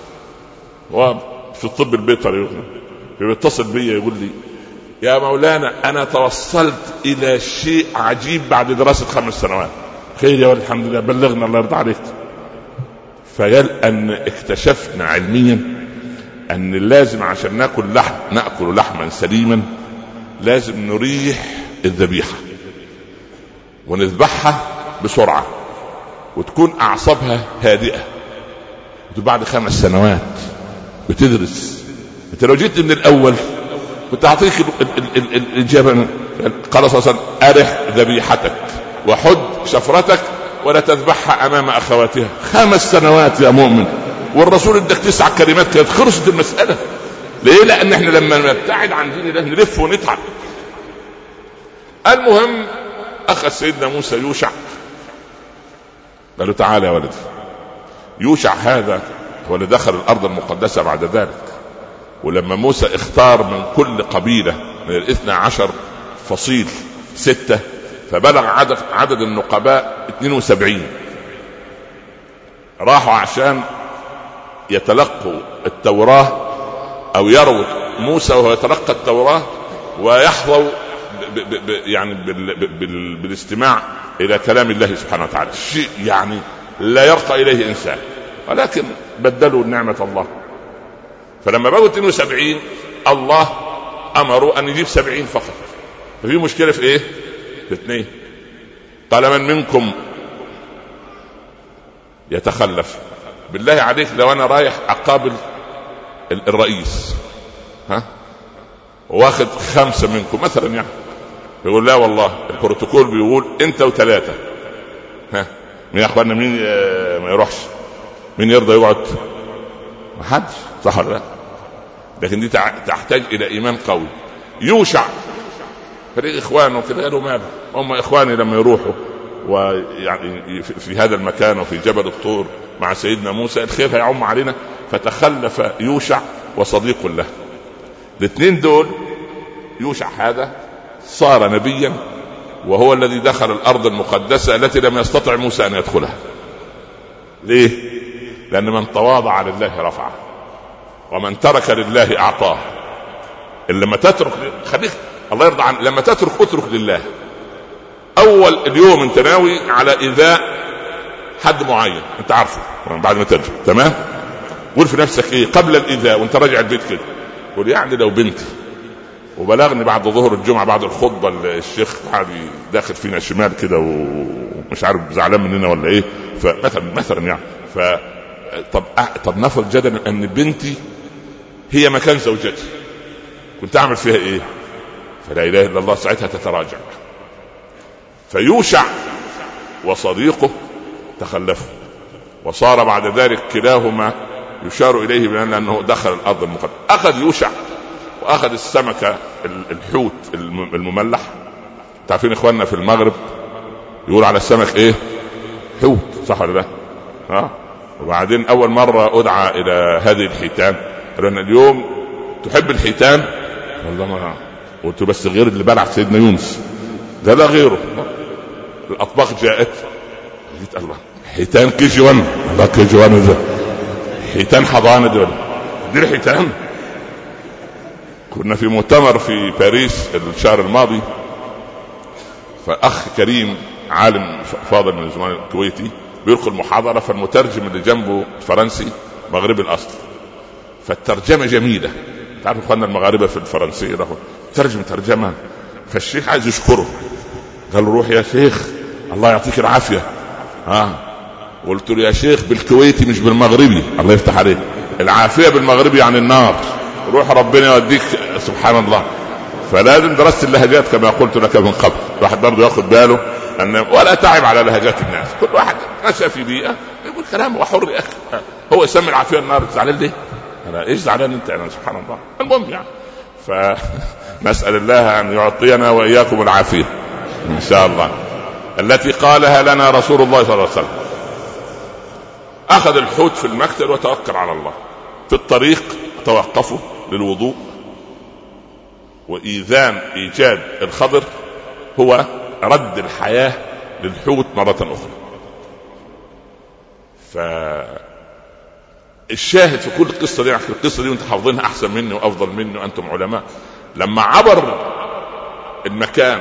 وفي الطب البيطري. بيتصل بي يقول لي يا مولانا انا توصلت الى شيء عجيب بعد دراسة خمس سنوات. خير يا ولد الحمد لله، بلغنا الله يرضى عليك. فقال ان اكتشفنا علميا ان لازم عشان ناكل لحم ناكل لحما سليما لازم نريح الذبيحة ونذبحها بسرعة وتكون اعصابها هادئة. بعد خمس سنوات بتدرس، انت لو جيت من الاول كنت اعطيك الاجابة. قال صلى الله عليه وسلم ارح ذبيحتك وحد شفرتك ولا تذبحها امام اخواتها. خمس سنوات يا مؤمن، والرسول ادك تسع كلمات كانت خلصت المسألة. ليه؟ لان احنا لما نبتعد عن دين الله نلف ونتعب. المهم اخذ سيدنا موسى يوشع، قال له تعالى يا ولدي. يوشع هذا هو اللي دخل الارض المقدسة بعد ذلك. ولما موسى اختار من كل قبيلة من الاثنى عشر فصيل ستة، فبلغ عدد, عدد النقباء اثنين وسبعين، راحوا عشان يتلقوا التوراة او يروا موسى وهو يتلقى التوراة ويحظوا ب ب ب يعني بال بال بالاستماع الى كلام الله سبحانه وتعالى، شيء يعني لا يرقى اليه انسان. ولكن بدلوا نعمة الله، فلما بقوا اثنين وسبعين الله امروا ان يجيب سبعين فقط. ففي مشكلة في ايه؟ في اثنين. قال من منكم يتخلف؟ بالله عليك لو انا رايح اقابل الرئيس ها واخد خمسة منكم مثلا، يعني يقول لا والله البروتوكول بيقول انت وثلاثة، ها مين يا اخوانا مين ما يروحش؟ مين يرضى يقعد؟ ما حدش، صح ولا لا؟ لكن دي تحتاج الى ايمان قوي. يوشع فريق اخوانه كده قالوا ماذا؟ هم اخواني لما يروحوا ويعني في هذا المكان وفي جبل الطور مع سيدنا موسى الخير هيعم علينا. فتخلف يوشع وصديق له. الاثنين دول يوشع هذا صار نبيا، وهو الذي دخل الارض المقدسة التي لم يستطع موسى ان يدخلها. ليه؟ لان من تواضع لله رفعه ومن ترك لله اعطاه. لما تترك خليك الله يرضى عنك، لما تترك اترك لله. اول اليوم انت ناوي على ايذاء حد معين انت عارفه بعد ما ترجع، تمام؟ قول في نفسك ايه قبل الاذاء وانت راجع البيت كده، قول يعني لو بنتي وبلغني بعد ظهر الجمعه بعد الخطبه الشيخ قاعد داخل فينا شمال كده ومش عارف زعلان مننا ولا ايه، فمثلا مثلا يعني ف طب طب نفرض جدلا ان بنتي هي مكان زوجتي، كنت اعمل فيها ايه؟ فلا اله الا الله ساعتها تتراجع. فيوشع وصديقه تخلفوا، وصار بعد ذلك كلاهما يشار اليه بانه دخل الارض المقدسه. اخذ يوشع واخذ السمكه الحوت المملح، تعرفين اخواننا في المغرب يقول على السمك ايه؟ حوت، صح ولا لا؟ ها. وبعدين اول مره ادعى الى هذه الحيتان قالوا لنا اليوم تحب الحيتان؟ والله ما قلت بس غير اللي بلع سيدنا يونس ده لا غيره. الاطباق جاءت قلت الله حيتان كي جي واحد، الله كي جي واحد ده حيتان حضانه دول دي الحيتان. كنا في مؤتمر في باريس الشهر الماضي، فاخ كريم عالم فاضل من الزمان الكويتي بيلقي المحاضره، فالمترجم اللي جنبه فرنسي مغربي الاصل، فالترجمه جميله. تعرف اخواننا المغاربه في الفرنسيه له ترجم ترجمه، فالشيخ عايز يشكره قال له روح يا شيخ الله يعطيك العافيه. ها قلت له يا شيخ بالكويتي مش بالمغربي، الله يفتح عليك، العافيه بالمغربي يعني النار، روح ربنا يوديك. سبحان الله. فلازم دراسه اللهجات كما قلت لك من قبل، الواحد برضه ياخد باله ان ولا تعب على لهجات الناس، كل واحد نشأ في بيئه يقول كلامه وحر يا اخي. هو يسمي العافيه النار، زعلان ليه؟ انا ايش زعلان انت؟ انا سبحان الله. المهم يعني فنسال الله ان يعطينا واياكم العافيه ان شاء الله التي قالها لنا رسول الله صلى الله عليه وسلم. اخذ الحوت في المكتب وتوكل على الله. في الطريق توقفوا للوضوء، وايذان ايجاد الخضر هو رد الحياه للحوت مره اخرى. فالشاهد في كل القصه دي، القصه دي وانت حافظينها احسن مني وافضل مني وانتم علماء، لما عبر المكان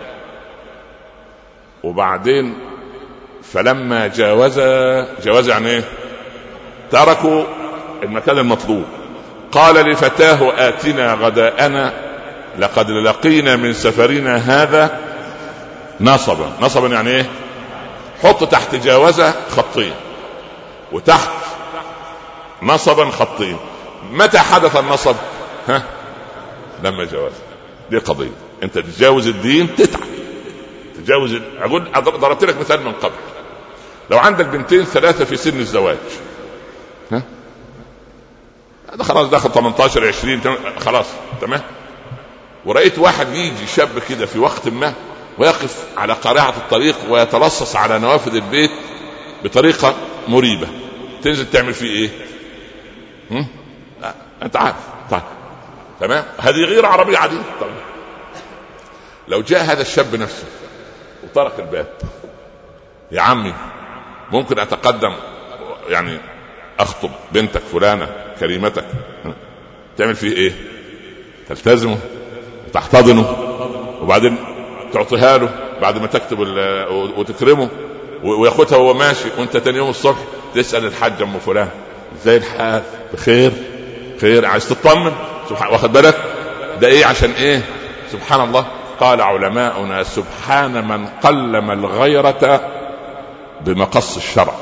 وبعدين فلما جاوز جاوز يعني ايه؟ تركوا المكان المطلوب. قال لفتاه آتنا غداءنا لقد لقينا من سفرنا هذا نصبا. نصبا يعني ايه؟ حط تحت جاوزة خطين وتحت نصبا خطين. متى حدث النصب؟ ها؟ لما جاوز. دي قضية، انت تتجاوز الدين تتعب، تتجاوز. اقول ضربت لك مثال من قبل، لو عندك بنتين ثلاثة في سن الزواج، ها؟ هذا خلاص داخل ثمانية عشر عشرين خلاص تمام، ورأيت واحد يجي شاب كده في وقت ما ويقف على قارعة الطريق ويتلصص على نوافذ البيت بطريقة مريبة، تنزل تعمل فيه ايه؟ هم؟ انت عارف طيب تمام، هذه غير عربية عادية. طيب لو جاء هذا الشاب نفسه وطرق الباب، يا عمي ممكن اتقدم يعني اخطب بنتك فلانة كريمتك، تعمل فيه ايه؟ تلتزمه وتحتضنه وبعدين تعطيها له بعد ما تكتب وتكرمه وياخدها وهو ماشي، وانت تاني يوم الصبح تسأل الحاج ام فلان ازاي الحال؟ بخير خير، عايز تطمن. سبحان، واخد بالك ده ايه؟ عشان ايه؟ سبحان الله. قال علماؤنا سبحان من قلم الغيرة بمقص الشرع.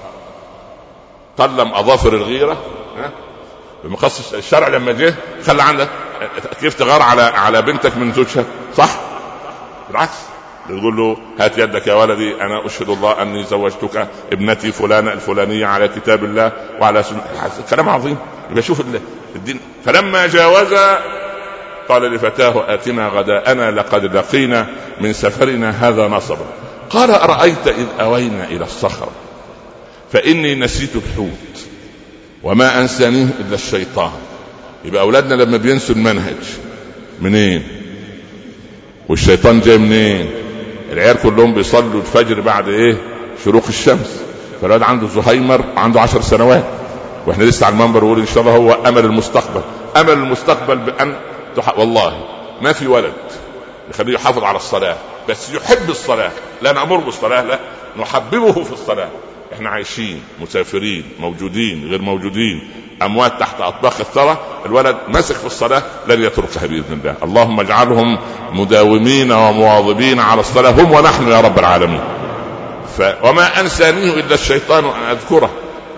قلم اظافر الغيرة بمقص الشرع. لما جه خلى عندك كيف تغار على على بنتك من زوجها، صح؟ بالعكس تقول له هات يدك يا ولدي، انا اشهد الله اني زوجتك ابنتي فلانة الفلانية على كتاب الله وعلى سنة. كلام عظيم. يبقى شوف الدين. فلما جاوز قال لفتاه آتنا غداءنا لقد لقينا من سفرنا هذا نصبا. قال أرأيت إذ أوينا إلى الصخرة فإني نسيت الحوت وما أنسانيه إلا الشيطان. يبقى أولادنا لما بينسوا المنهج منين؟ والشيطان جاي منين؟ العيال كلهم بيصلوا الفجر بعد إيه؟ شروق الشمس. فالولد عنده زهيمر عنده عشر سنوات واحنا لسه على المنبر ويقول ان شاء الله هو امل المستقبل. امل المستقبل بان تح... والله ما في ولد يخليه يحافظ على الصلاه بس يحب الصلاه، لا نامر بالصلاه، لا نحببه في الصلاه. احنا عايشين مسافرين موجودين غير موجودين اموات تحت اطباق الثرى، الولد مسك في الصلاه لن يتركها باذن الله. اللهم اجعلهم مداومين ومواظبين على الصلاه هم ونحن يا رب العالمين. ف... وما انسانيه الا الشيطان ان اذكره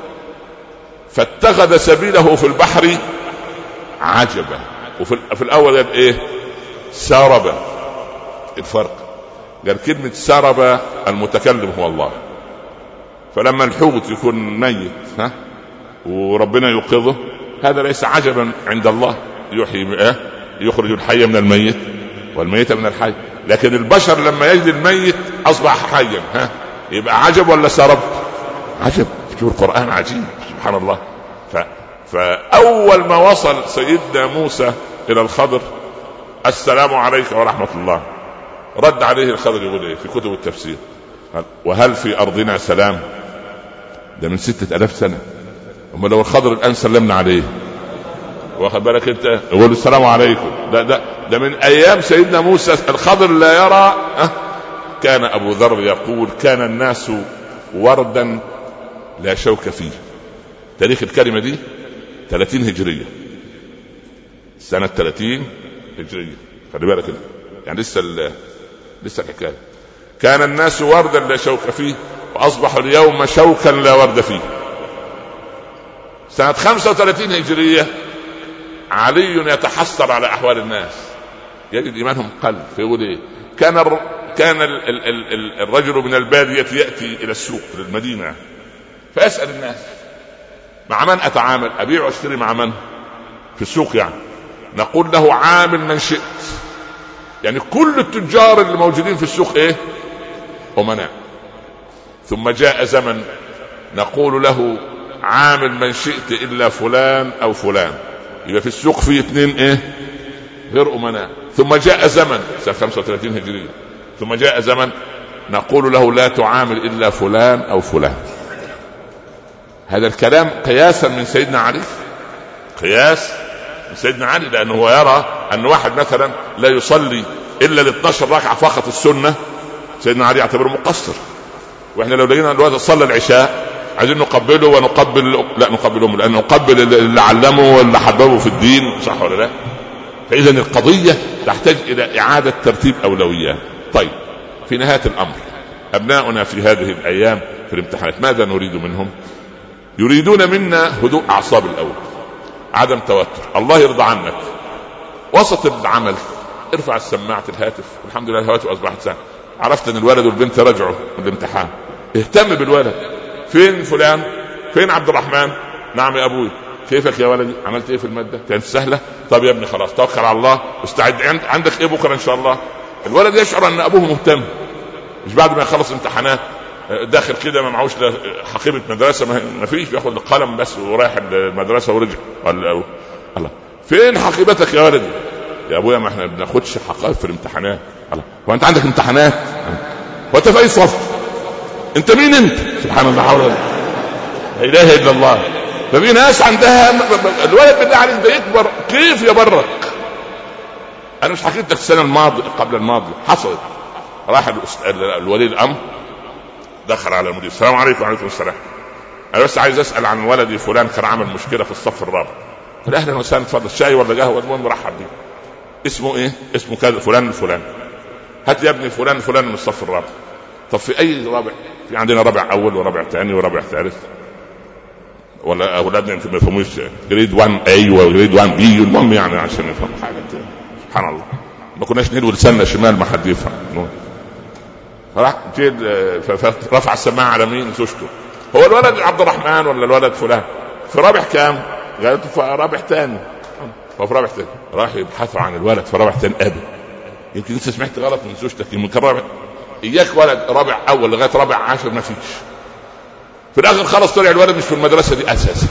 فاتخذ سبيله في البحر عجبا. وفي في الاول قال ايه؟ سرب. الفرق قال كلمه سرب المتكلم هو الله، فلما الحوت يكون ميت ها وربنا يوقظه هذا ليس عجبا عند الله، يحيي اه يخرج الحي من الميت والميت من الحي. لكن البشر لما يجد الميت اصبح حيا ها يبقى عجب ولا سرب؟ عجب. شوف القرآن عجيب سبحان الله. ف... فأول ما وصل سيدنا موسى إلى الخضر السلام عليك ورحمة الله، رد عليه الخضر يقول إيه في كتب التفسير؟ وهل في أرضنا سلام؟ ده من ستة ألاف سنة. أما لو الخضر الآن سلمنا عليه واخد بالك انت يقول السلام عليكم، ده ده ده من أيام سيدنا موسى الخضر لا يرى أه؟ كان أبو ذر يقول كان الناس وردا لا شوك فيه. تاريخ الكلمة دي ثلاثين هجرية، سنة ثلاثين هجرية، خلي بالك يعني لسه لسه الحكاية. كان الناس وردا لا شوك فيه وأصبحوا اليوم شوكا لا ورد فيه. سنة خمسة وثلاثين هجرية علي يتحسر على أحوال الناس، يجد إيمانهم قل، فيقول إيه؟ كان الر... كان ال... ال... ال... الرجل من البادية يأتي إلى السوق في المدينة فأسأل الناس مع من أتعامل؟ أبيع واشتري مع من في السوق؟ يعني نقول له عامل من شئت. يعني كل التجار اللي موجودين في السوق إيه؟ أمناء. ثم جاء زمن نقول له عامل من شئت إلا فلان أو فلان، يبقى في السوق فيه اثنين إيه؟ غير أمناء. ثم جاء زمن سنة خمسة وثلاثين هجرية، ثم جاء زمن نقول له لا تعامل إلا فلان أو فلان. هذا الكلام قياسا من سيدنا علي، قياس من سيدنا علي، لأنه هو يرى أن واحد مثلا لا يصلي إلا لاثناشر ركعة فقط السنة، سيدنا علي يعتبره مقصر. وإحنا لو لقينا الوقت صلى العشاء عايزين نقبله ونقبل، لا نقبلهم لأن نقبل اللي علمه واللي حببه في الدين، صح ولا لا؟ فإذا القضية تحتاج إلى إعادة ترتيب أولويات. طيب في نهاية الأمر أبناؤنا في هذه الأيام في الامتحانات ماذا نريد منهم؟ يريدون منا هدوء أعصاب الأول، عدم توتر. الله يرضى عنك وسط العمل ارفع السماعة الهاتف، الحمد لله الهواتف أصبحت سهلة، عرفت أن الولد والبنت رجعوا من الامتحان، اهتم بالولد. فين فلان؟ فين عبد الرحمن؟ نعم يا أبوي. كيفك يا ولدي؟ عملت ايه في المادة؟ كانت سهلة؟ طب يا ابني خلاص توكل على الله واستعد، عندك ايه بكرة ان شاء الله؟ الولد يشعر ان ابوه مهتم، مش بعد ما يخلص امتحانات داخل كده ما معوش حقيبة مدرسة، ما فيش، بياخد القلم بس ورايح المدرسة ورجع. الله فين حقيبتك يا ولدي؟ يا ابويا ما احنا بناخدش حقائب في الامتحانات. الله وانت عندك امتحانات؟ وانت في اي صف؟ انت مين انت؟ سبحان الله، حول لا اله الا الله. ففي ناس عندها الولد بالله عليك ده يكبر كيف يبرك. انا مش حكيت لك السنه الماضيه قبل الماضيه حصلت، راح الولي الامر دخل على المدير، السلام عليكم. وعليكم السلام، انا بس عايز اسال عن ولدي فلان كان عامل مشكله في الصف الرابع. قال اهلا وسهلا، اتفضل شاي ولا قهوه؟ المهم مرحب بيه. اسمه ايه؟ اسمه كذا فلان الفلان. هات يا ابني فلان فلان من الصف الرابع. طب في اي رابع؟ في عندنا رابع اول ورابع ثاني ورابع ثالث، ولا اولادنا يمكن ما يفهموش جريد واحد اي وجريد واحد بي، المهم يعني عشان نفهم حاجه. سبحان الله ما كناش ندور لساننا شمال ما حد يفهم. فراح رفع السماعه على مين؟ زوجته. هو الولد عبد الرحمن ولا الولد فلان؟ في رابع كام؟ قالت في رابع ثاني. هو في رابع ثاني. راح يبحثوا عن الولد في رابع ثاني، ابدا يمكن انت سمعت غلط من زوجتك، يمكن رابع اياك ولد رابع اول لغايه رابع عاشر ما فيش. في الاخر خلص طلع الولد مش في المدرسه دي اساسا.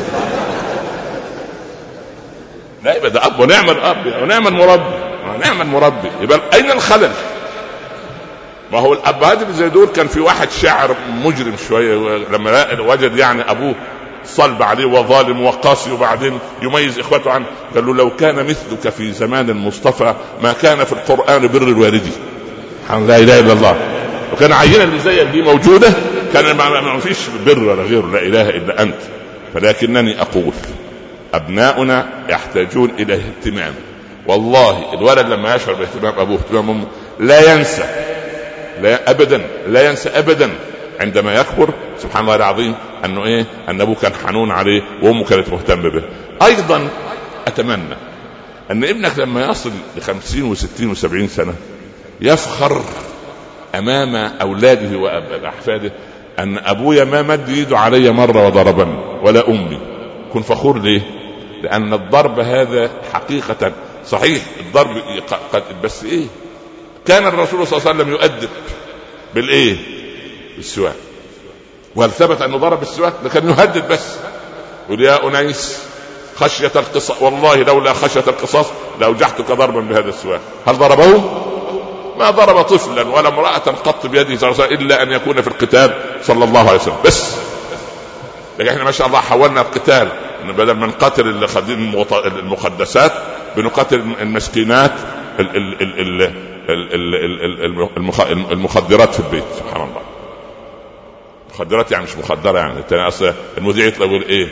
لا يبقى ده اب ونعم الاب ونعم المربي ونعم المربي. يبقى اين الخلل؟ ما هو الابهات اللي زي دول كان في واحد شاعر مجرم شويه لما وجد يعني ابوه صلب عليه وظالم وقاسي وبعدين يميز اخوته عنه، قال له لو كان مثلك في زمان المصطفى ما كان في القرآن بر الوالدي. لا اله الا الله. وكان عينه اللي زيك دي موجوده كان ما فيش بر ولا غيره، لا اله الا انت. فلكنني أقول أبناؤنا يحتاجون إلى اهتمام. والله الولد لما يشعر باهتمام أبوه اهتمام أمه لا ينسى، لا أبدا لا ينسى أبدا عندما يكبر سبحان الله العظيم أنه إيه أن أبوه كان حنون عليه وأمه كانت مهتمة به. أيضا أتمنى أن ابنك لما يصل لخمسين وستين وسبعين سنة يفخر أمام أولاده وأحفاده أن أبويا ما مد يده علي مرة وضربني ولا أمي. كن فخور. ليه؟ لأن الضرب هذا حقيقة صحيح الضرب قد بس إيه كان الرسول صلى الله عليه وسلم يؤدب بالإيه بالسواك. وهل ثبت أنه ضرب بالسواك؟ لكن يهدد بس يقول يا أنيس خشية القصاص والله لولا خشية القصاص لأوجعتك ضربا بهذا السواك. هل ضربه؟ ما ضرب طفلا ولا امرأة قط بيده صلى الله عليه وسلم إلا أن يكون في القتال صلى الله عليه وسلم بس. لكن احنا ما شاء الله حولنا القتال بدل من قتل المقدسات بنقتل المسكينات المخدرات في البيت. سبحان الله. مخدرات يعني مش مخدرة يعني اصلا المذيع يطلع يقول ايه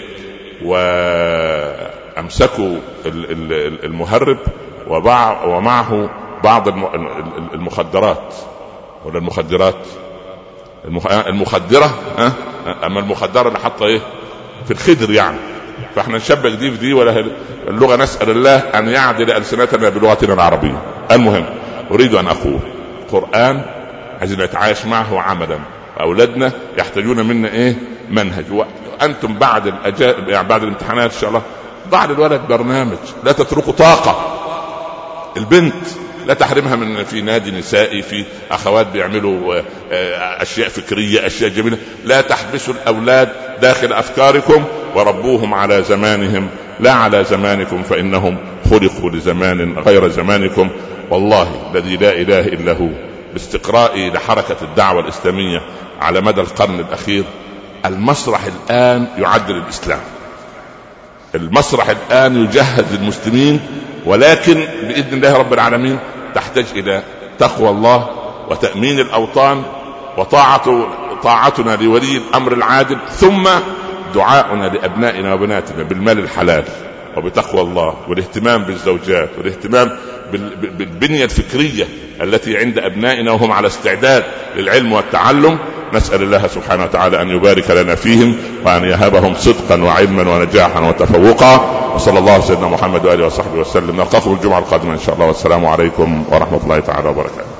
وامسكوا المهرب ومعه بعض المخدرات ولا المخدرات المخدرة ها اما المخدرة اللي حاطه ايه في الخدر يعني. فاحنا نشبك دي في دي ولا اللغة نسأل الله ان يعدل ألسنتنا بلغتنا العربية. المهم اريد ان اقول القرآن عايزين نتعايش معه عملا. اولادنا يحتاجون منا ايه منهج. وانتم بعد الأجا... يعني بعد الامتحانات ان شاء الله ضع للولد برنامج. لا تتركوا طاقة. البنت لا تحرمها من في نادي نسائي في اخوات بيعملوا اشياء فكرية اشياء جميلة. لا تحبسوا الاولاد داخل افكاركم وربوهم على زمانهم لا على زمانكم فانهم خلقوا لزمان غير زمانكم. والله الذي لا اله الا هو باستقرائي لحركة الدعوة الإسلامية على مدى القرن الأخير المسرح الآن يعدل الإسلام. المسرح الآن يجهز المسلمين ولكن بإذن الله رب العالمين تحتاج إلى تقوى الله وتأمين الأوطان وطاعة طاعتنا لولي الأمر العادل ثم دعاؤنا لأبنائنا وبناتنا بالمال الحلال وبتقوى الله والاهتمام بالزوجات والاهتمام بالبنية الفكرية التي عند أبنائنا وهم على استعداد للعلم والتعلم. نسأل الله سبحانه وتعالى أن يبارك لنا فيهم وأن يهبهم صدقا وعلما ونجاحا وتفوقا. وصلى الله على سيدنا محمد وآله وصحبه وسلم. نلقاكم الجمعة القادمة إن شاء الله والسلام عليكم ورحمة الله تعالى وبركاته.